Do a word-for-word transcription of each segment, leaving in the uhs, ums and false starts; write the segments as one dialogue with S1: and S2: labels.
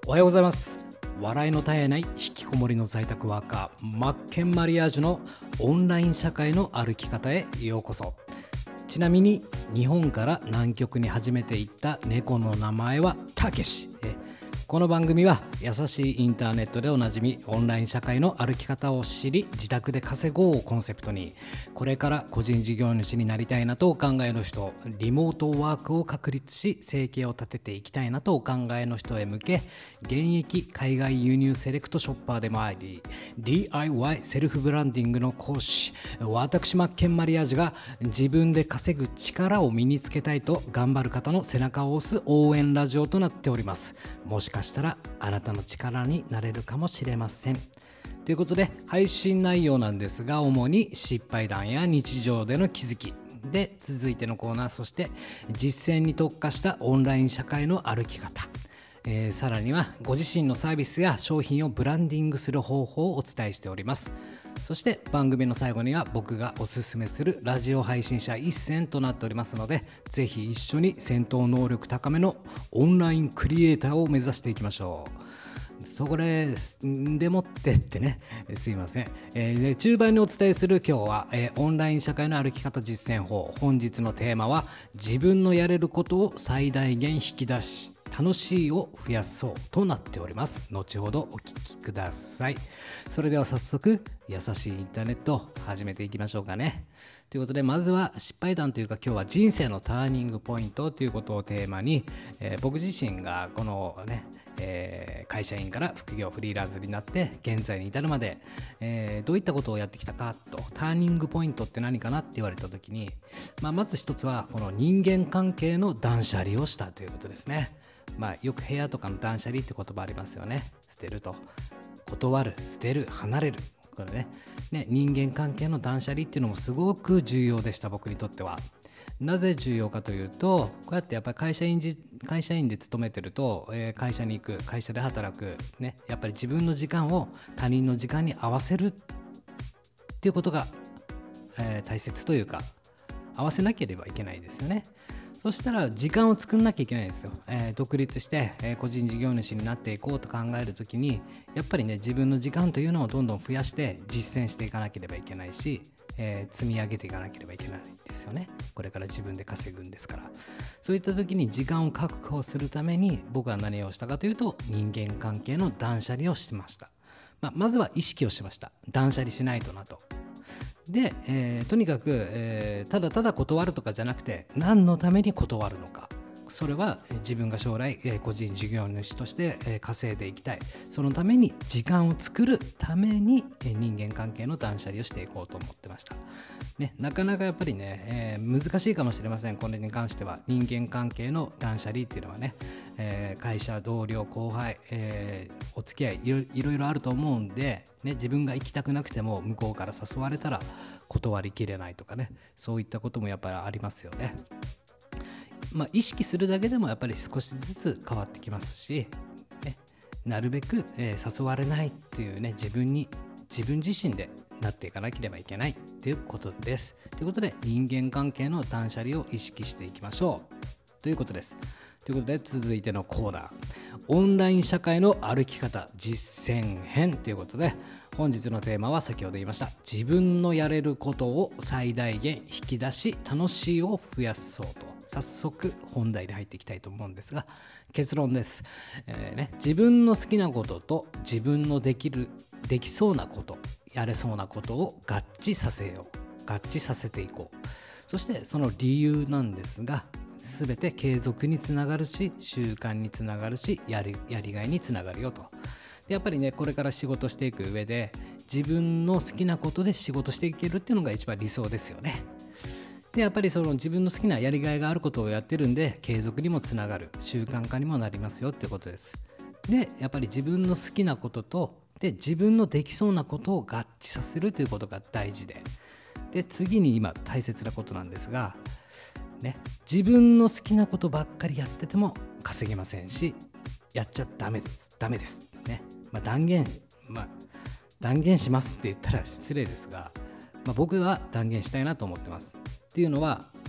S1: おはようございます。笑いの絶えない引きこもりの在宅ワーカーマッケンマリアージュのオンライン社会の歩き方へようこそ。ちなみに日本から南極に初めて行った猫の名前はたけし。この番組は優しいインターネットでおなじみオンライン社会の歩き方を知り自宅で稼ごうをコンセプトに、これから個人事業主になりたいなとお考えの人、リモートワークを確立し生計を立てていきたいなとお考えの人へ向け、現役海外輸入セレクトショッパーでもあり ディーアイワイ セルフブランディングの講師、私マッケンマリアージュが自分で稼ぐ力を身につけたいと頑張る方の背中を押す応援ラジオとなっております。もしかしたらあなたの力になれるかもしれません。ということで、配信内容なんですが、主に失敗談や日常での気づきで、続いてのコーナー、そして実践に特化したオンライン社会の歩き方、えー、さらにはご自身のサービスや商品をブランディングする方法をお伝えしております。そして番組の最後には僕がおすすめするラジオ配信者一選となっておりますので、ぜひ一緒に戦闘能力高めのオンラインクリエイターを目指していきましょう。そこででもってってね、すいません、えー、中盤にお伝えする今日は、えー、オンライン社会の歩き方実践法。本日のテーマは自分のやれることを最大限引き出し楽しいを増やそうとなっております。後ほどお聞きください。それでは早速優しいインターネット始めていきましょうかね。ということで、まずは失敗談というか、今日は人生のターニングポイントということをテーマに、えー、僕自身がこのね、えー、会社員から副業フリーランスになって現在に至るまで、えー、どういったことをやってきたかと、ターニングポイントって何かなって言われた時に、まあ、まず一つはこの人間関係の断捨離をしたということですね。まあ、よく部屋とかの断捨離って言葉ありますよね。捨てると、断る、捨てる、離れる、これ ね, ね人間関係の断捨離っていうのもすごく重要でした、僕にとっては。なぜ重要かというと、こうやってやっぱり会社員じ会社員で勤めてると、えー、会社に行く、会社で働く、ね、やっぱり自分の時間を他人の時間に合わせるっていうことが、えー、大切というか、合わせなければいけないですよね。そしたら時間を作んなきゃいけないんですよ。えー、独立して、えー、個人事業主になっていこうと考えるときに、やっぱりね、自分の時間というのをどんどん増やして実践していかなければいけないし、えー、積み上げていかなければいけないんですよね。これから自分で稼ぐんですから。そういった時に時間を確保するために僕は何をしたかというと、人間関係の断捨離をしました。まあ、まずは意識をしました。断捨離しないとなと。で、えー、とにかく、えー、ただただ断るとかじゃなくて、何のために断るのか。それは自分が将来、えー、個人事業主として、えー、稼いでいきたい。そのために時間を作るために、えー、人間関係の断捨離をしていこうと思ってました。ね、なかなかやっぱりね、えー、難しいかもしれません。これに関しては人間関係の断捨離っていうのはね、えー、会社、同僚、後輩、えー、お付き合いいろいろいろあると思うんで、ね、自分が行きたくなくても向こうから誘われたら断りきれないとかね、そういったこともやっぱりありますよね。まあ、意識するだけでもやっぱり少しずつ変わってきますし、ね、なるべく、えー、誘われないっていうね、自分に自分自身でなっていかなければいけないっていうことです。ということで、人間関係の断捨離を意識していきましょうということです。ということで、続いてのコーナー、オンライン社会の歩き方実践編ということで、本日のテーマは先ほど言いました自分のやれることを最大限引き出し楽しいを増やそうと。早速本題に入っていきたいと思うんですが、結論です、えーね、自分の好きなことと自分のできるできそうなこと、やれそうなことを合致させよう合致させていこう。そしてその理由なんですが、すべて継続につながるし、習慣につながるし、やり、やりがいにつながるよと。でやっぱりね、これから仕事していく上で自分の好きなことで仕事していけるっていうのが一番理想ですよね。でやっぱりその自分の好きなやりがいがあることをやってるんで、継続にもつながる、習慣化にもなりますよっていうことです。でやっぱり自分の好きなこととで自分のできそうなことを合致させるということが大事で、で次に今大切なことなんですがね、自分の好きなことばっかりやってても稼げませんし、やっちゃダメですダメですね。まあ、断言まあ断言しますって言ったら失礼ですが、まあ、僕は断言したいなと思ってます。っていうのは、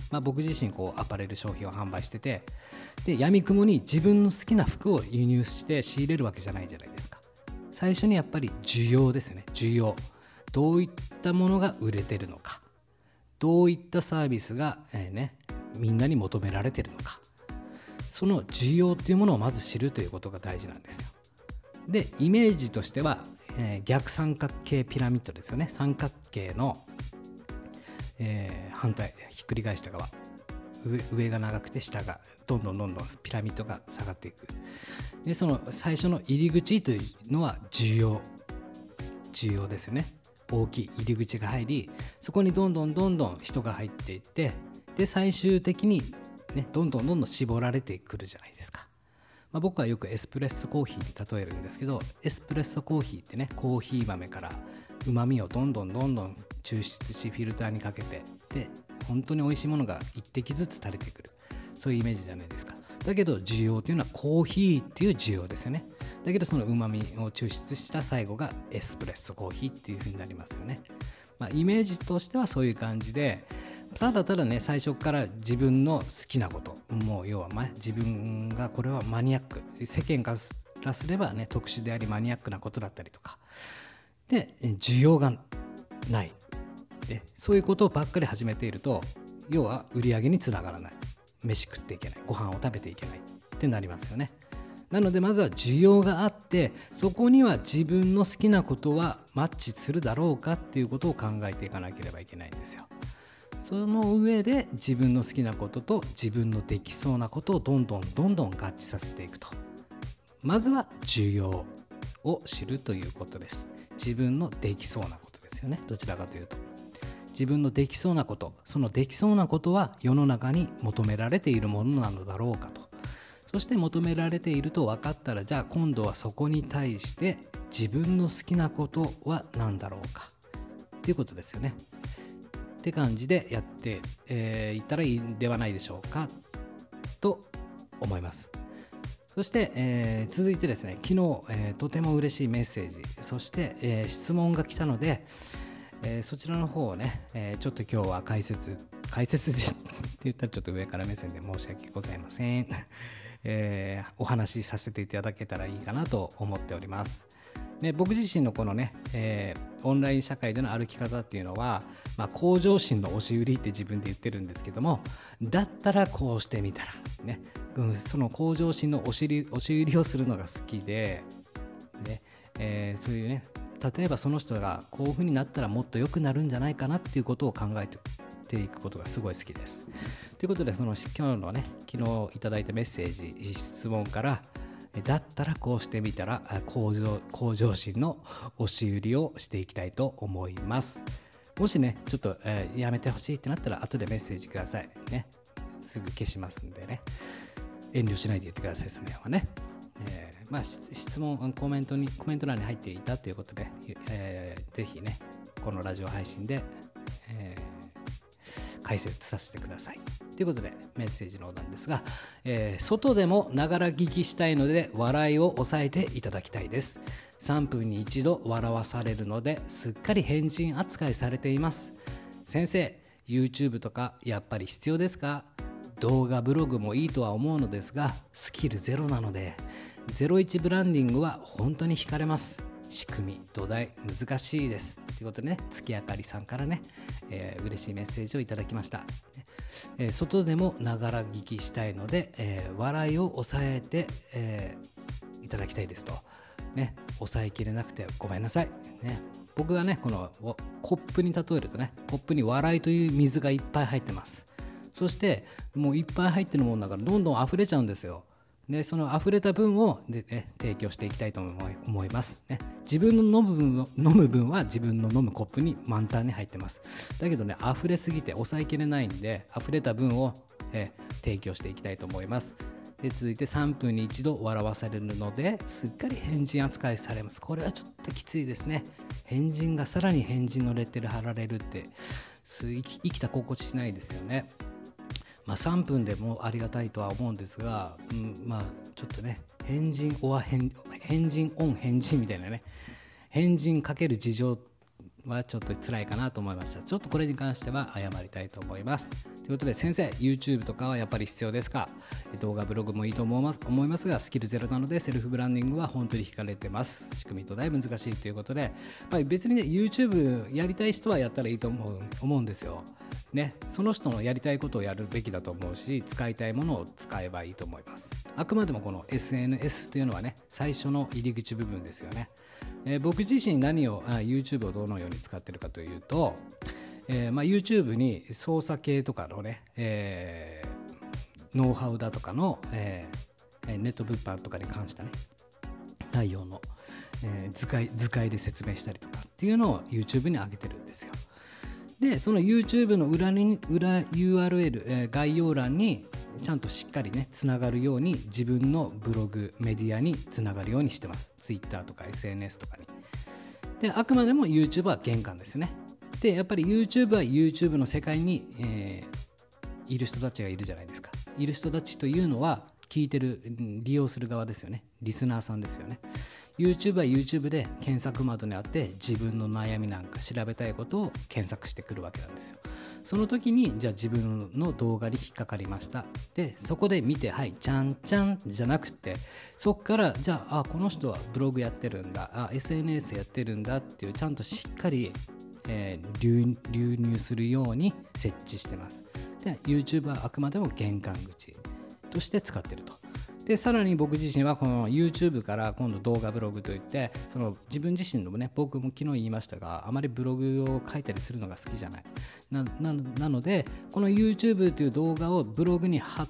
S1: まあ、僕自身こうアパレル商品を販売してて、で闇雲に自分の好きな服を輸入して仕入れるわけじゃないじゃないですか。最初にやっぱり需要ですね。需要、どういったものが売れてるのか、どういったサービスが、えーね、みんなに求められてるのか、その需要っていうものをまず知るということが大事なんですよ。でイメージとしては、えー、逆三角形ピラミッドですよね。三角形の、えー、反対ひっくり返した側、 上, 上が長くて下がどんどんどんどんピラミッドが下がっていく。でその最初の入り口というのは需要需要ですね。大きい入り口が入り、そこにどんどんどんどん人が入っていって、で最終的に、ね、どんどんどんどん絞られてくるじゃないですか。まあ、僕はよくエスプレッソコーヒーに例えるんですけど、エスプレッソコーヒーってね、コーヒー豆からうまみをどんどんどんどん抽出しフィルターにかけて、で本当に美味しいものが一滴ずつ垂れてくる、そういうイメージじゃないですか。だけど需要というのはコーヒーっていう需要ですよね。だけどそのうまみを抽出した最後がエスプレッソコーヒーっていう風になりますよね。まあ、イメージとしてはそういう感じで、ただただね最初から自分の好きなこと、もう要は、ま、自分がこれはマニアック、世間からすればね特殊でありマニアックなことだったりとかで、需要がないで、そういうことばっかり始めていると、要は売り上げにつながらない、飯食っていけない、ご飯を食べていけないってなりますよね。なのでまずは需要があって、そこには自分の好きなことはマッチするだろうかっていうことを考えていかなければいけないんですよ。その上で自分の好きなことと自分のできそうなことをどんどんどんどん合致させていくと。まずは需要を知るということです。自分のできそうなことですよね。どちらかというと自分のできそうなこと、そのできそうなことは世の中に求められているものなのだろうかと。そして求められていると分かったら、じゃあ今度はそこに対して自分の好きなことは何だろうかっていうことですよね。って感じでやってい、えー、ったらいいんではないでしょうかと思います。そして、えー、続いてですね、昨日、えー、とても嬉しいメッセージ、そして、えー、質問が来たので、えー、そちらの方をね、えー、ちょっと今日は解説解説でって言ったらちょっと上から目線で申し訳ございません、えー、お話しさせていただけたらいいかなと思っております。で僕自身のこのね、えー、オンライン社会での歩き方っていうのは、まあ、向上心の押し売りって自分で言ってるんですけども、だったらこうしてみたらね、うん、その向上心の押し売り、押し売りをするのが好きで、ねえー、そういうね、例えばその人がこういう風になったらもっと良くなるんじゃないかなっていうことを考えていくことがすごい好きです。ということで、その今日のね、昨日いただいたメッセージ、質問から、だったらこうしてみたら向上、向上心の押し売りをしていきたいと思います。もしねちょっと、えー、やめてほしいってなったら後でメッセージくださいね。すぐ消しますんでね、遠慮しないで言ってください。その辺はね、えー、まあ質問コメントにコメント欄に入っていたということで、えー、ぜひねこのラジオ配信で、えー、解説させてくださいということで、メッセージの方なんですが、えー、外でもながら聞きしたいので笑いを抑えていただきたいです。さんぷんに一度笑わされるのですっかり変人扱いされています。先生、 YouTube とかやっぱり必要ですか？動画ブログもいいとは思うのですがスキルゼロなので、ゼロイチブランディングは本当に惹かれます。仕組み土台難しいですということでね、月あかりさんからね、えー、嬉しいメッセージをいただきました。えー、外でもながら聞きしたいので、えー、笑いを抑えて、えー、いただきたいですとね。抑えきれなくてごめんなさいね。僕がねこのコップに例えるとね、コップに笑いという水がいっぱい入ってます。そしてもういっぱい入ってるもんだからどんどん溢れちゃうんですよ。でその溢れた分をで、ね、提供していきたいと思いますね。自分の飲む分を飲む分は自分の飲むコップに満タンに入ってます。だけどね溢れすぎて抑えきれないんで、溢れた分をえ提供していきたいと思います。で続いてさんぷんに一度笑わされるのですっかり変人扱いされます。これはちょっときついですね。変人がさらに変人のレッテル貼られるって生き、生きた心地しないですよね。まあ、さんぷんでもありがたいとは思うんですが、うん、まあちょっとね変人オア変変人オン変人みたいなね、変人かける事情はちょっと辛いかなと思いました。ちょっとこれに関しては謝りたいと思います。ということで、先生 YouTube とかはやっぱり必要ですか？動画ブログもいいと思います思いますが、スキルゼロなのでセルフブランディングは本当に惹かれてます。仕組みとだいぶ難しいということで、まあ、別にね YouTube やりたい人はやったらいいと思う思うんですよね。その人のやりたいことをやるべきだと思うし、使いたいものを使えばいいと思います。あくまでもこの エスエヌエス というのはね、最初の入り口部分ですよね。えー、僕自身何をあ YouTube をどのように使っているかというと、えーまあ、YouTube に操作系とかのね、えー、ノウハウだとかの、えー、ネット物販とかに関したね内容の、えー、図解、図解で説明したりとかっていうのを YouTube に上げてるんですよ。でその YouTube の裏に裏 ユーアールエル、えー、概要欄にちゃんとしっかりねつながるように自分のブログメディアにつながるようにしてます。 Twitter とか エスエヌエス とかに。であくまでも YouTube は玄関ですよね。でやっぱり YouTube は YouTube の世界に、えー、いる人たちがいるじゃないですか。いる人たちというのは聞いてる利用する側ですよね。リスナーさんですよね。 YouTube は YouTube で検索窓にあって自分の悩みなんか調べたいことを検索してくるわけなんですよ。その時にじゃあ自分の動画に引っかかりました。でそこで見てはいちゃんちゃんじゃなくて、そこからじゃあ、あこの人はブログやってるんだ、あ エスエヌエス やってるんだっていうちゃんとしっかり、えー、流, 流入するように設置してます。で YouTube はあくまでも玄関口として使ってると。でさらに僕自身はこの YouTube から今度動画ブログといって、その自分自身のね、僕も昨日言いましたが、あまりブログを書いたりするのが好きじゃない な, な, なのでこの YouTube という動画をブログに貼って、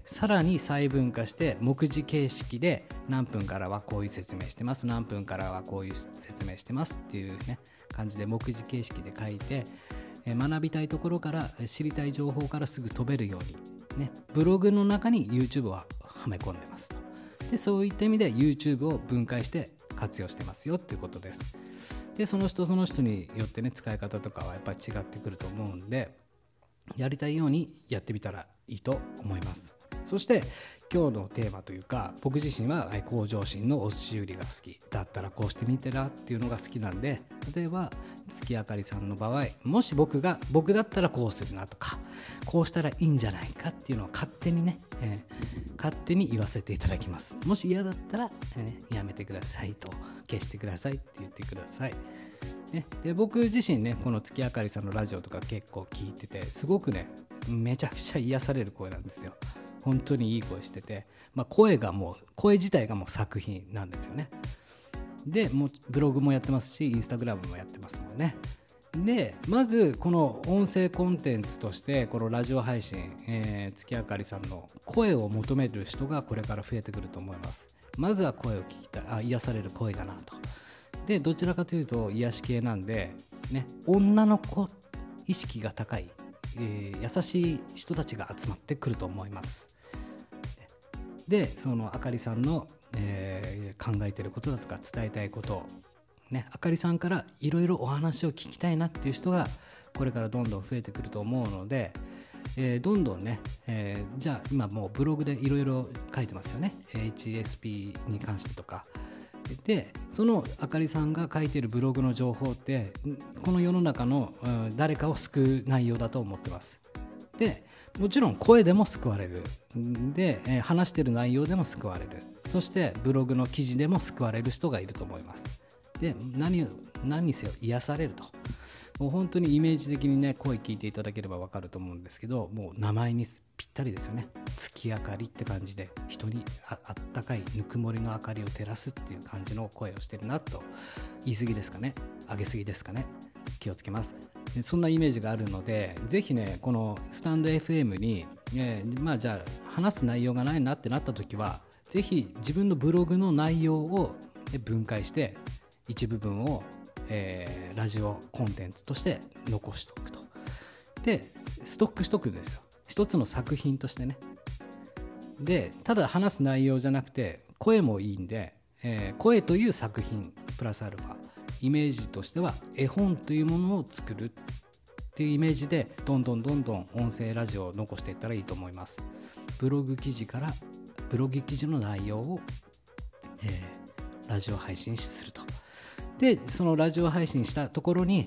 S1: さらに細分化して目次形式で何分からはこういう説明してます、何分からはこういう説明してますっていうね感じで目次形式で書いて、学びたいところから知りたい情報からすぐ飛べるようにね、ブログの中に YouTube ははめ込んでますと。でそういった意味で YouTube を分解して活用してますよっていうことです。でその人その人によってね使い方とかはやっぱり違ってくると思うんで、やりたいようにやってみたらいいと思います。そして今日のテーマというか、僕自身は向上心の押し売りが好きだったらこうしてみてらっていうのが好きなんで、例えば月あかりさんの場合、もし僕が僕だったらこうするなとか、こうしたらいいんじゃないかっていうのを勝手にね、えー、勝手に言わせていただきます。もし嫌だったら、えー、やめてくださいと、消してくださいって言ってください。ね、で僕自身ねこの月あかりさんのラジオとか結構聞いてて、すごくねめちゃくちゃ癒される声なんですよ。本当にいい声してて、まあ、声がもう声自体がもう作品なんですよね。でもうブログもやってますし、インスタグラムもやってますもんね。でまずこの音声コンテンツとしてこのラジオ配信、えー、月あかりさんの声を求める人がこれから増えてくると思います。まずは声を聞きたい、あ癒される声だなと。でどちらかというと癒し系なんで、ね、女の子意識が高い、えー、優しい人たちが集まってくると思います。でそのあかりさんの、えー、考えていることだとか伝えたいことを、ね、あかりさんからいろいろお話を聞きたいなっていう人がこれからどんどん増えてくると思うので、えー、どんどんね、えー、じゃあ今もうブログでいろいろ書いてますよね。 エイチエスピー に関してとかで、そのあかりさんが書いているブログの情報ってこの世の中の、うん、誰かを救う内容だと思ってます。でもちろん声でも救われるで、えー、話している内容でも救われる、そしてブログの記事でも救われる人がいると思います。で 何, 何にせよ癒されると、もう本当にイメージ的にね声聞いていただければ分かると思うんですけど、もう名前にぴったりですよね。月明かりって感じで、人に あ, あったかいぬくもりの明かりを照らすっていう感じの声をしてるなと。言い過ぎですかね、上げ過ぎですかね、気をつけます。でそんなイメージがあるので、ぜひねこのスタンド エフエム に、えー、まあじゃあ話す内容がないなってなった時は、ぜひ自分のブログの内容を分解して一部分を、えー、ラジオコンテンツとして残しておくと。でストックしとくんですよ、一つの作品としてね。でただ話す内容じゃなくて声もいいんで、えー、声という作品プラスアルファ、イメージとしては絵本というものを作るっていうイメージで、どんどんどんどん音声ラジオを残していったらいいと思います。ブログ記事からブログ記事の内容を、えー、ラジオ配信すると。でそのラジオ配信したところに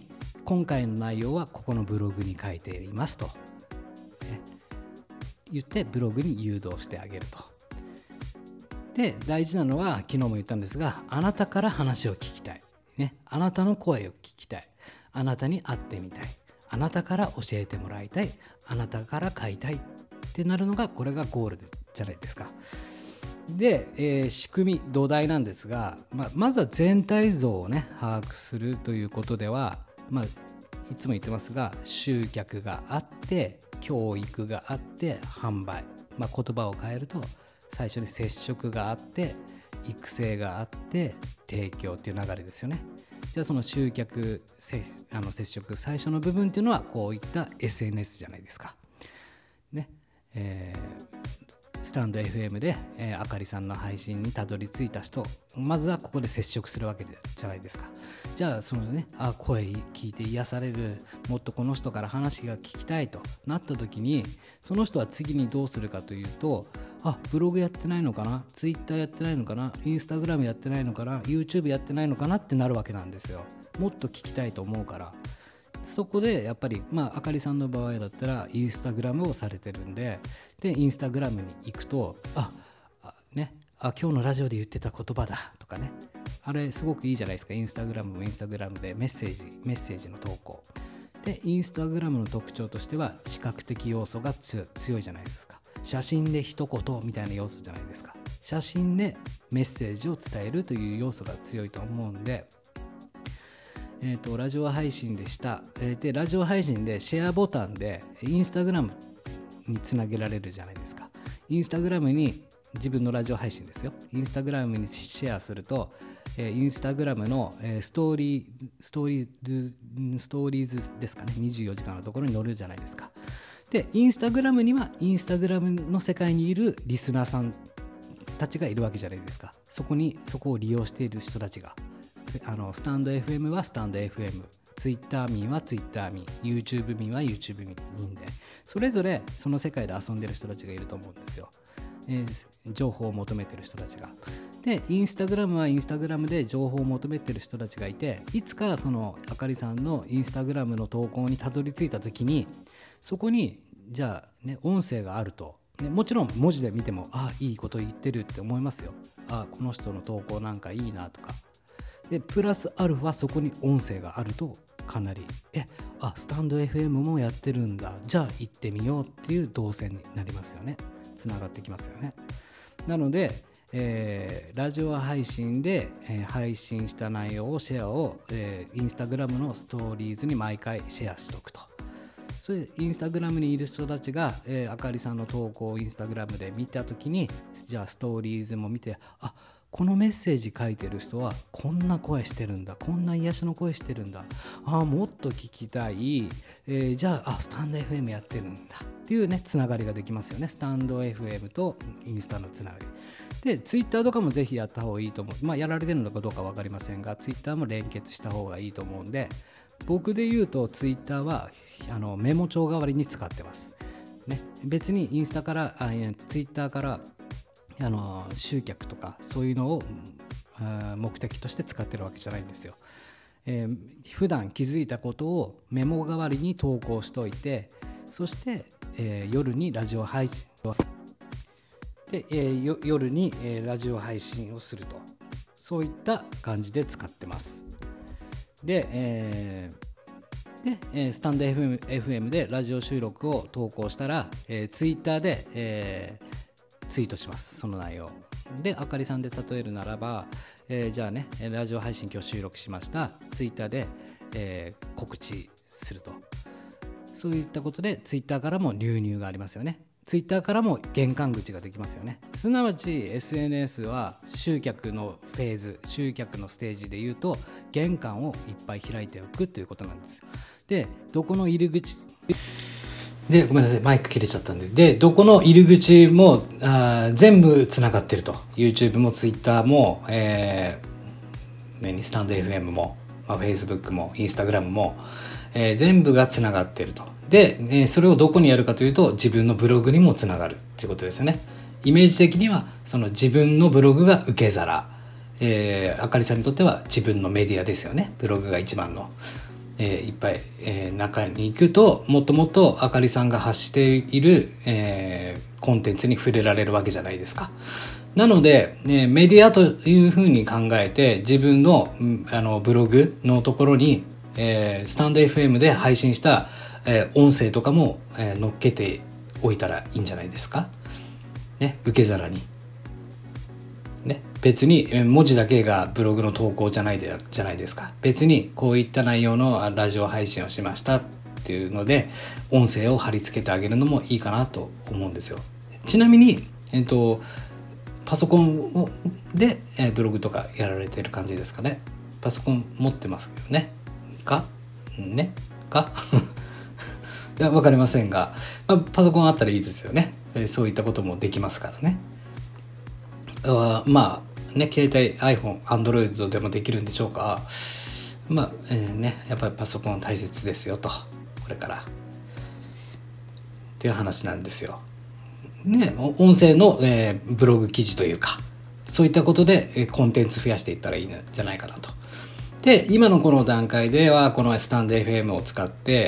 S1: 今回の内容はここのブログに書いていますと、ね、言ってブログに誘導してあげると。で大事なのは昨日も言ったんですが、あなたから話を聞きたい、ね、あなたの声を聞きたい、あなたに会ってみたい、あなたから教えてもらいたい、あなたから買いたいってなるのが、これがゴールじゃないですか。で、えー、仕組み土台なんですが、まあ、まずは全体像をね把握するということでは、まあ、いつも言ってますが、集客があって教育があって販売、まあ、言葉を変えると最初に接触があって育成があって提供っていう流れですよね。じゃあその集客せあの接触最初の部分っていうのはこういった エスエヌエス じゃないですかね。えー、スタンド エフエム で、えー、あかりさんの配信にたどり着いた人、まずはここで接触するわけじゃないですか。じゃあそのね、あ声聞いて癒される、もっとこの人から話が聞きたいとなった時に、その人は次にどうするかというと、あブログやってないのかな、ツイッターやってないのかな、インスタグラムやってないのかな、 YouTube やってないのかなってなるわけなんですよ。もっと聞きたいと思うから。そこでやっぱり、まあ、あかりさんの場合だったらインスタグラムをされてるんで、でインスタグラムに行くと、ああねあ今日のラジオで言ってた言葉だとかね、あれすごくいいじゃないですか。インスタグラムもインスタグラムでメッセージメッセージの投稿で、インスタグラムの特徴としては視覚的要素が強いじゃないですか。写真で一言みたいな要素じゃないですか。写真でメッセージを伝えるという要素が強いと思うんで、えーと、ラジオ配信でした、えー、でラジオ配信でシェアボタンでインスタグラムにつなげられるじゃないですか。インスタグラムに自分のラジオ配信ですよ、インスタグラムにシェアすると、えー、インスタグラムの、えー、ストーリーストーリーズストーリーズですかね、にじゅうよじかんのところに載るじゃないですか。でインスタグラムにはインスタグラムの世界にいるリスナーさんたちがいるわけじゃないですか。そこにそこを利用している人たちが、あのスタンド エフエム はスタンド エフエム、 Twitter 民は Twitter 民、 YouTube 民は YouTube 民で、それぞれその世界で遊んでる人たちがいると思うんですよ、えー、情報を求めてる人たちが。でインスタグラムはインスタグラムで情報を求めてる人たちがいて、いつかそのあかりさんのインスタグラムの投稿にたどり着いた時に、そこにじゃあね音声があると、ね、もちろん文字で見てもあいいこと言ってるって思いますよ。あこの人の投稿なんかいいなとか。でプラスアルファそこに音声があると、かなりえあスタンド エフエム もやってるんだ、じゃあ行ってみようっていう動線になりますよね。つながってきますよね。なので、えー、ラジオ配信で、えー、配信した内容をシェアを、えー、インスタグラムのストーリーズに毎回シェアしとくと。それでインスタグラムにいる人たちが、えー、あかりさんの投稿をインスタグラムで見たときに、じゃあストーリーズも見て、あこのメッセージ書いてる人はこんな声してるんだ、こんな癒しの声してるんだ、あもっと聞きたい、えー、じゃあ、あスタンド エフエム やってるんだっていうねつながりができますよね。スタンド エフエム とインスタのつながりで、ツイッターとかもぜひやった方がいいと思う。まあやられてるのかどうか分かりませんが、ツイッターも連結した方がいいと思うんで、僕で言うとツイッターはあのメモ帳代わりに使ってます、ね、別にインスタからあツイッターからあの集客とかそういうのを目的として使ってるわけじゃないんですよ、えー、普段気づいたことをメモ代わりに投稿しておいて、そして、えー、夜にラジオ配信で、えー、夜に、えー、ラジオ配信をすると、そういった感じで使ってます。で、えーでえー、スタンド エフエム, エフエムでラジオ収録を投稿したら、えー、ツイッターで、えー、ツイートします。その内容で、あかりさんで例えるならば、えー、じゃあねラジオ配信今日収録しました、ツイッターで、えー、告知すると。そういったことでツイッターからも流入がありますよね。ツイッターからも玄関口ができますよね。すなわち エスエヌエス は集客のフェーズ、集客のステージで言うと玄関をいっぱい開いておくということなんですよ。で、どこの入り口で、ごめんなさい、マイク切れちゃったんで、で、どこの入り口もあ全部つながってると。YouTube も Twitter も、えー、スタンド エフエム も、まあ、Facebook も Instagram も、えー、全部がつながってると。で、えー、それをどこにやるかというと、自分のブログにもつながるということですよね。イメージ的にはその自分のブログが受け皿、えー、あかりさんにとっては自分のメディアですよね。ブログが一番のえーいっぱい、えー中に行くともっともっとあかりさんが発している、えーコンテンツに触れられるわけじゃないですか。なので、ね、メディアというふうに考えて自分の、あのブログのところに、えー、スタンド エフエム で配信した、えー、音声とかも、えー、乗っけておいたらいいんじゃないですか。ね、受け皿に。ね、別に文字だけがブログの投稿じゃないでじゃないですか。別にこういった内容のラジオ配信をしましたっていうので音声を貼り付けてあげるのもいいかなと思うんですよ。ちなみに、えっと、パソコンで、えブログとかやられてる感じですかね。パソコン持ってますけどね。かねかいや分かりませんが、まあ、パソコンあったらいいですよね。そういったこともできますからね。あまあね、携帯 iPhone、Android でもできるんでしょうか。まあ、えー、ね、やっぱりパソコン大切ですよと、これからっていう話なんですよ。ね、音声の、えー、ブログ記事というか、そういったことで、えー、コンテンツ増やしていったらいいんじゃないかなと。で、今のこの段階ではこのスタンド エフエム を使って、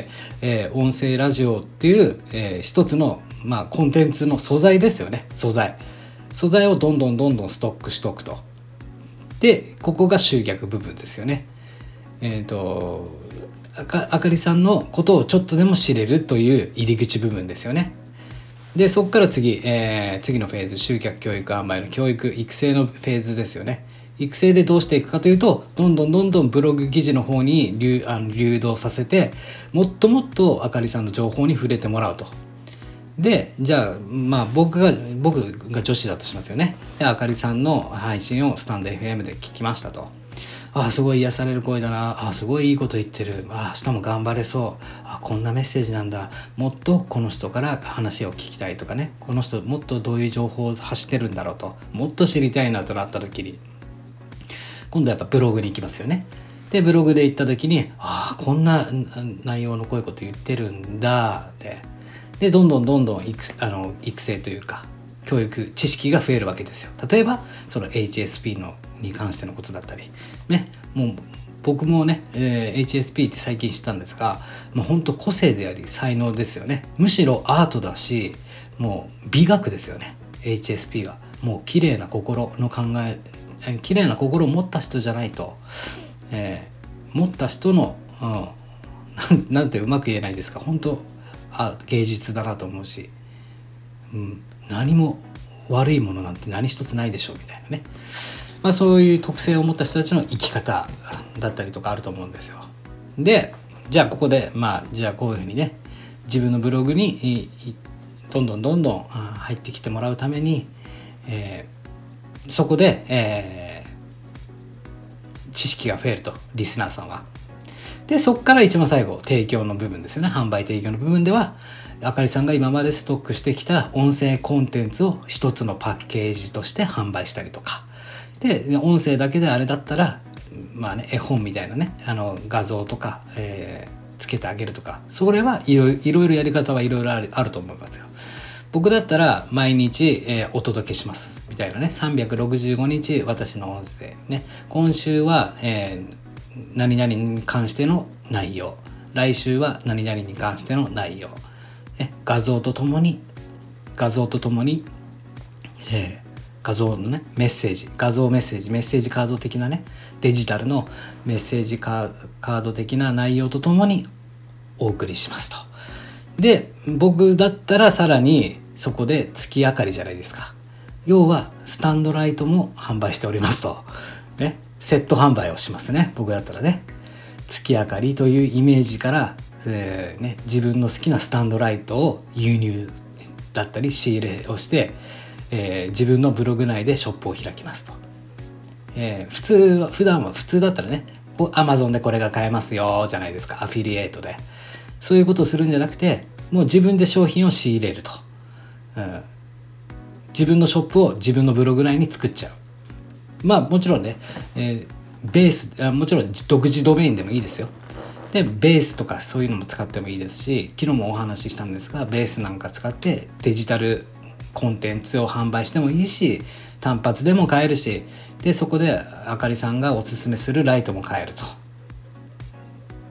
S1: えー、音声ラジオっていう、えー、一つの、まあ、コンテンツの素材ですよね。素材素材をどんどんどんどんストックしておくと。で、ここが集客部分ですよね。えっと、あか、あかりさんのことをちょっとでも知れるという入り口部分ですよね。で、そこから次、えー、次のフェーズ、集客教育販売の教育育成のフェーズですよね。育成でどうしていくかというと、どんどんどんどんブログ記事の方に流、あの流動させて、もっともっとあかりさんの情報に触れてもらうと。で、じゃあ、まあ僕が、僕が女子だとしますよね。で、あかりさんの配信をスタンド エフエム で聞きましたと。ああ、すごい癒される声だな。ああ、すごいいいこと言ってる。ああ、明日も頑張れそう。ああ、こんなメッセージなんだ。もっとこの人から話を聞きたいとかね。この人もっとどういう情報を発してるんだろうと。もっと知りたいなとなった時に、今度はやっぱブログに行きますよね。で、ブログで行った時に、ああ、こんな内容のこういうこと言ってるんだって。で、どんどんどんどん育、あの育成というか教育知識が増えるわけですよ。例えばその エイチエスピー のに関してのことだったりね、もう僕もね、えー、エイチエスピー って最近知ったんですが、もう本当個性であり才能ですよね。むしろアートだし、もう美学ですよね。 エイチエスピー はもう綺麗な心の考え綺麗な心を持った人じゃないと、えー、持った人の、うん、なんなんてうまく言えないですか。本当あ芸術だなと思うし、うん、何も悪いものなんて何一つないでしょうみたいなね、まあ、そういう特性を持った人たちの生き方だったりとかあると思うんですよ。で、じゃあここでまあじゃあこういうふうにね、自分のブログにどんどんどんどん入ってきてもらうために、えー、そこで、えー、知識が増えると、リスナーさんは。で、そこから一番最後、提供の部分ですよね。販売提供の部分では、あかりさんが今までストックしてきた音声コンテンツを一つのパッケージとして販売したりとか。で、音声だけであれだったら、まあね、絵本みたいなね、あの画像とか、えー、つけてあげるとか、それはいろいろやり方はいろいろある、あると思いますよ。僕だったら毎日、えー、お届けしますみたいなね、さんびゃくろくじゅうごにち私の音声ね、今週は、えー何々に関しての内容、来週は何々に関しての内容、え画像とともに画像とともに、えー、画像のねメッセージ、画像メッセージメッセージカード的なね、デジタルのメッセージカード的な内容とともにお送りしますと。で、僕だったらさらにそこで月明かりじゃないですか。要はスタンドライトも販売しておりますとね、セット販売をしますね。僕だったらね、月明かりというイメージから、えーね、自分の好きなスタンドライトを輸入だったり仕入れをして、えー、自分のブログ内でショップを開きますと。えー、普通は普段は普通だったらね、Amazon でこれが買えますよじゃないですか、アフィリエイトで。そういうことをするんじゃなくて、もう自分で商品を仕入れると、うん、自分のショップを自分のブログ内に作っちゃう。まあもちろんね、えー、ベースあもちろん独自ドメインでもいいですよ。でベースとかそういうのも使ってもいいですし、昨日もお話ししたんですが、ベースなんか使ってデジタルコンテンツを販売してもいいし、単発でも買えるし、でそこであかりさんがおすすめするライトも買えると。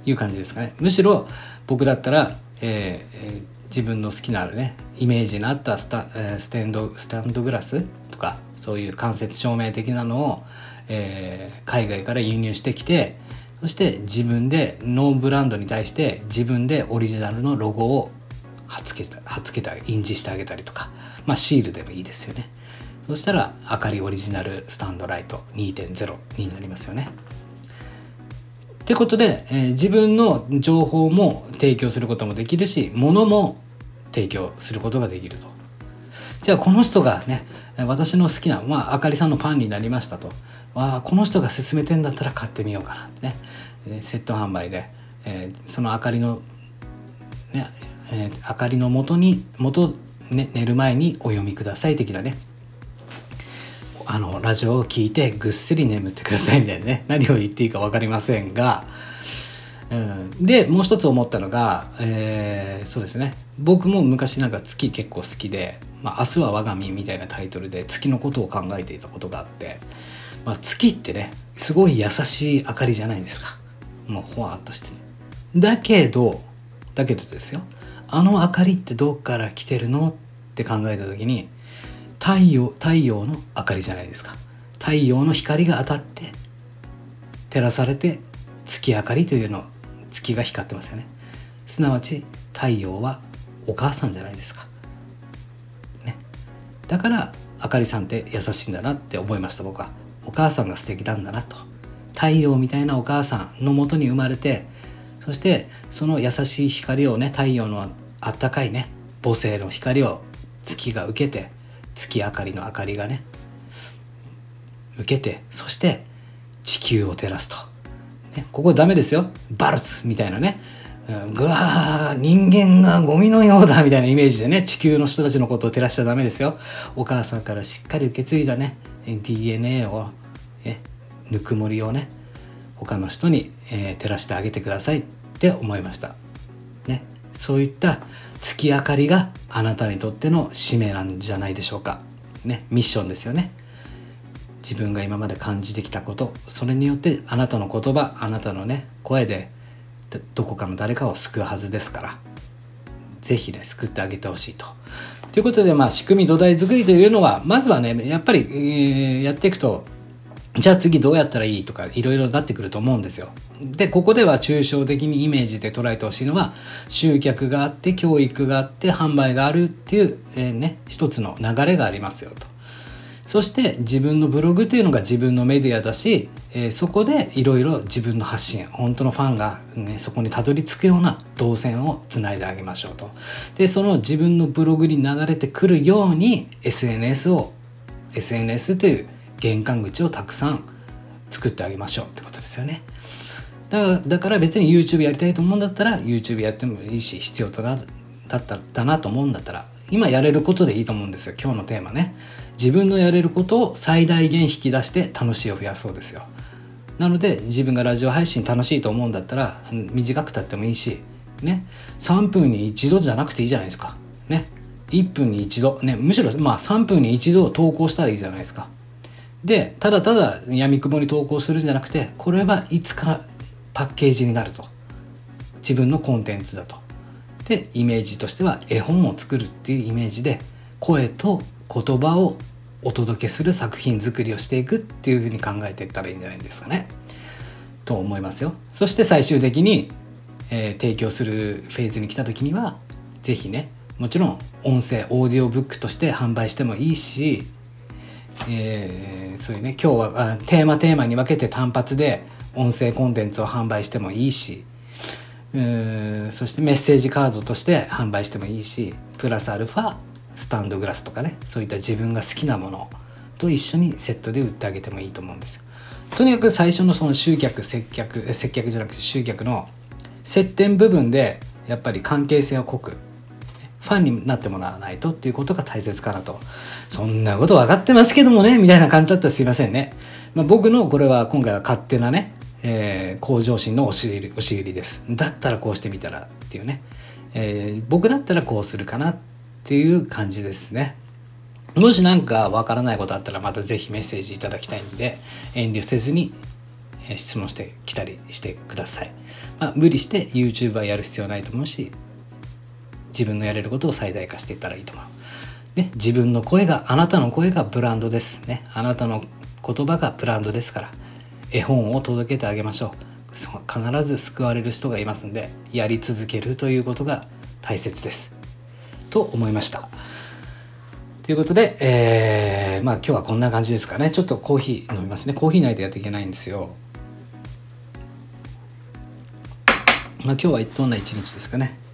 S1: いう感じですかね。むしろ僕だったら、えーえー、自分の好きなねイメージのあったスタ、えー、ステンドスタンドグラスとかそういう間接照明的なのを、えー、海外から輸入してきて、そして自分でノーブランドに対して自分でオリジナルのロゴを貼っつけた貼っつけた印字してあげたりとか、まあシールでもいいですよね。そしたらあかりオリジナルスタンドライト にてんゼロ になりますよね。ってことで、えー、自分の情報も提供することもできるし、物も提供することができると。じゃあこの人がね、私の好きな、まあ、あかりさんのファンになりましたと。わあ、この人が勧めてんだったら買ってみようかなってね。セット販売で、えー、そのあかりの、ねえー、あかりの元に、元、ね、寝る前にお読みください的なね。あのラジオを聞いてぐっすり眠ってくださいみたいなね、何を言っていいか分かりませんが、うん、でもう一つ思ったのが、えー、そうですね、僕も昔なんか月結構好きで、まあ、明日は我が身みたいなタイトルで月のことを考えていたことがあって、まあ、月ってねすごい優しい明かりじゃないですか。もうほわっとしてね。だけどだけどですよ、あの明かりってどっから来てるのって考えた時に、太陽、太陽の明かりじゃないですか。太陽の光が当たって照らされて月明かりというの、月が光ってますよね。すなわち太陽はお母さんじゃないですか、ね、だからあかりさんって優しいんだなって思いました。僕はお母さんが素敵なんだなと。太陽みたいなお母さんのもとに生まれて、そしてその優しい光をね、太陽のあったかいね母性の光を月が受けて、月明かりの明かりがね受けて、そして地球を照らすと、ね、ここダメですよ、バルツみたいなね、ぐわー人間がゴミのようだみたいなイメージでね、地球の人たちのことを照らしちゃダメですよ。お母さんからしっかり受け継いだね ディーエヌエー を、ね、ぬくもりをね他の人に、えー、照らしてあげてくださいって思いました、ね、そういった月明かりがあなたにとっての使命なんじゃないでしょうか、ね、ミッションですよね。自分が今まで感じてきたこと、それによってあなたの言葉、あなたのね声でどこかの誰かを救うはずですから、ぜひね救ってあげてほしいと。ということで、まあ仕組み土台作りというのはまずはねやっぱり、えー、やっていくと、じゃあ次どうやったらいいとかいろいろなってくると思うんですよ。でここでは抽象的にイメージで捉えてほしいのは、集客があって教育があって販売があるっていう、えー、ね一つの流れがありますよと。そして自分のブログというのが自分のメディアだし、えー、そこでいろいろ自分の発信、本当のファンが、ね、そこにたどり着くような動線をつないであげましょうと。でその自分のブログに流れてくるように エスエヌエス を エスエヌエス という玄関口をたくさん作ってあげましょうってことですよね。だから、だから別に YouTube やりたいと思うんだったら YouTube やってもいいし、必要となだっただなと思うんだったら今やれることでいいと思うんですよ。今日のテーマね、自分のやれることを最大限引き出して楽しいを増やそうですよ。なので自分がラジオ配信楽しいと思うんだったら短くたってもいいしね、さんぷんに一度じゃなくていいじゃないですかね、いっぷんに一度ね、むしろまあさんぷんに一度投稿したらいいじゃないですか。でただただ闇雲に投稿するんじゃなくて、これはいつかパッケージになると、自分のコンテンツだと。でイメージとしては絵本を作るっていうイメージで声と言葉をお届けする作品作りをしていくっていう風に考えていったらいいんじゃないですかねと思いますよ。そして最終的に、えー、提供するフェーズに来た時にはぜひね、もちろん音声オーディオブックとして販売してもいいし、えー、そういうね今日はテーマテーマに分けて単発で音声コンテンツを販売してもいいし、うーんそしてメッセージカードとして販売してもいいし、プラスアルファスタンドグラスとかね、そういった自分が好きなものと一緒にセットで売ってあげてもいいと思うんですよ。とにかく最初のその集客接客接客じゃなくて集客の接点部分でやっぱり関係性を濃くファンになってもらわないとっていうことが大切かなと。そんなこと分かってますけどもねみたいな感じだったらすいませんね。まあ、僕のこれは今回は勝手なね、えー、向上心の押し売り、押し売りです。だったらこうしてみたらっていうね、えー、僕だったらこうするかなっていう感じですね。もし何かわからないことあったらまたぜひメッセージいただきたいんで遠慮せずに、 えー、質問してきたりしてください。まあ、無理して YouTuber やる必要はないと思うし、自分のやれることを最大化していったらいいと思う。ね、自分の声が、あなたの声がブランドですね。あなたの言葉がブランドですから、絵本を届けてあげましょう。必ず救われる人がいますんで、やり続けるということが大切ですと思いました。ということで、えー、まあ今日はこんな感じですかね。ちょっとコーヒー飲みますね。コーヒーないとやっていけないんですよ。まあ今日はどんな一日ですかね。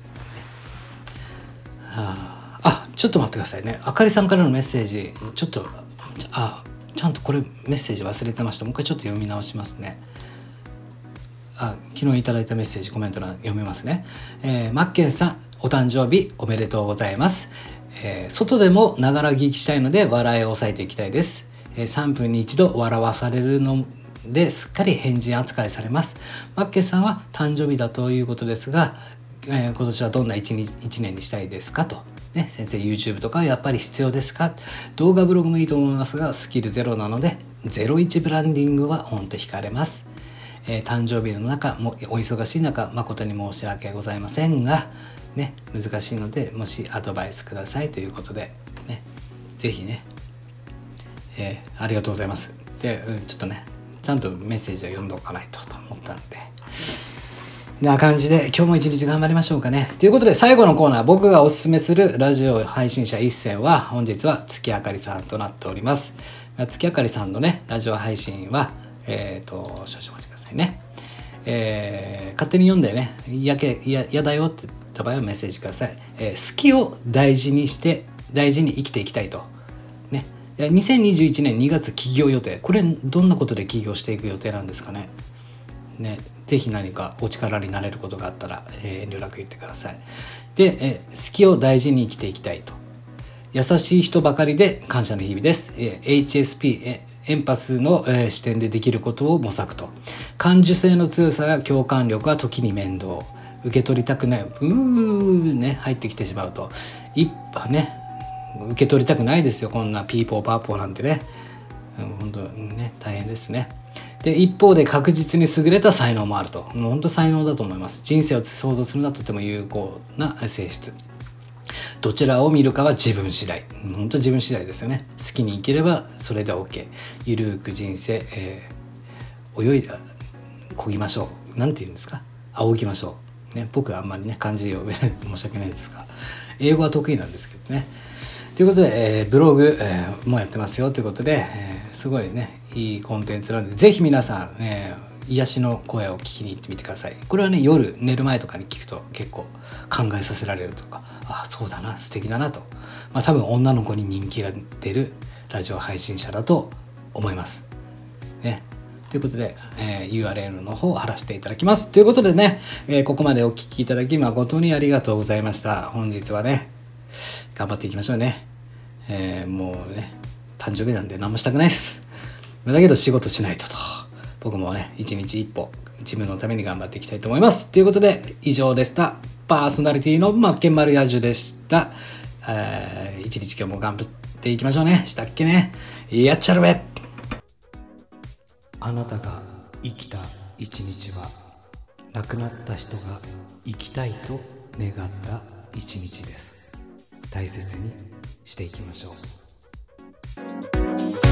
S1: あ, あちょっと待ってくださいね。あかりさんからのメッセージ、ちょっとあちゃんとこれメッセージ忘れてました。もう一回ちょっと読み直しますね。あ昨日いただいたメッセージ、コメント欄読めますね。えー、マッケンさん、お誕生日おめでとうございます。えー、外でもながら聞きしたいので笑いを抑えていきたいです。えー、さんぷんに一度笑わされるのですっかり変人扱いされます。マッケンさんは誕生日だということですが、えー、今年はどんな一日、一年にしたいですかと。ね、先生 YouTube とかはやっぱり必要ですか。動画ブログもいいと思いますがスキルゼロなのでゼロイチブランディングは本当惹かれます。えー、誕生日の中もお忙しい中誠に申し訳ございませんが、ね、難しいのでもしアドバイスくださいということで、ね、ぜひね、えー、ありがとうございます。で、うん、ちょっとねちゃんとメッセージを読んでおかないとと思ったのでな感じで今日も一日頑張りましょうかね。ということで最後のコーナー、僕がおすすめするラジオ配信者一選は本日は月あかりさんとなっております。月あかりさんのねラジオ配信はえっ、ー、と少々お待ちくださいね。えー、勝手に読んでねやけややだよって言った場合はメッセージください。えー、好きを大事にして大事に生きていきたいとね。にせんにじゅういちねんにがつ起業予定、これどんなことで起業していく予定なんですかね。ね、ぜひ何かお力になれることがあったら、えー、遠慮なく言ってください。で、えー、好きを大事に生きていきたいと。優しい人ばかりで感謝の日々です。えー、エイチエスピー、えー、エンパスの、えー、視点でできることを模索と。感受性の強さや共感力は時に面倒。受け取りたくない、うーね、入ってきてしまうと。一歩ね、受け取りたくないですよ。こんなピーポーパーポーなんてね。本当ね、大変ですね。で一方で確実に優れた才能もあると。もう本当才能だと思います。人生を想像するのはとても有効な性質。どちらを見るかは自分次第。本当自分次第ですよね。好きに生きればそれで OK。ゆるく人生、えー、泳いだ漕ぎましょう。なんて言うんですか、仰ぎましょう、ね、僕はあんまりね漢字を申し訳ないですが英語は得意なんですけどね。ということで、えー、ブログ、えー、もやってますよということで、えー、すごいねいいコンテンツなのでぜひ皆さん、えー、癒しの声を聞きに行ってみてください。これはね夜寝る前とかに聞くと結構考えさせられるとか、あそうだな素敵だなと、まあ、多分女の子に人気が出るラジオ配信者だと思いますね。ということで、えー、ユーアールエル の方を貼らせていただきます。ということでね、えー、ここまでお聞きいただき誠にありがとうございました。本日はね頑張っていきましょうね。えー、もうね誕生日なんで何もしたくないです。だけど仕事しないとと、僕もね一日一歩自分のために頑張っていきたいと思います。ということで以上でした。パーソナリティのマッケンマルヤージュでした。えー、一日今日も頑張っていきましょうね。したっけね。やっちゃるべ。
S2: あなたが生きた一日は亡くなった人が生きたいと願った一日です。大切にしていきましょう。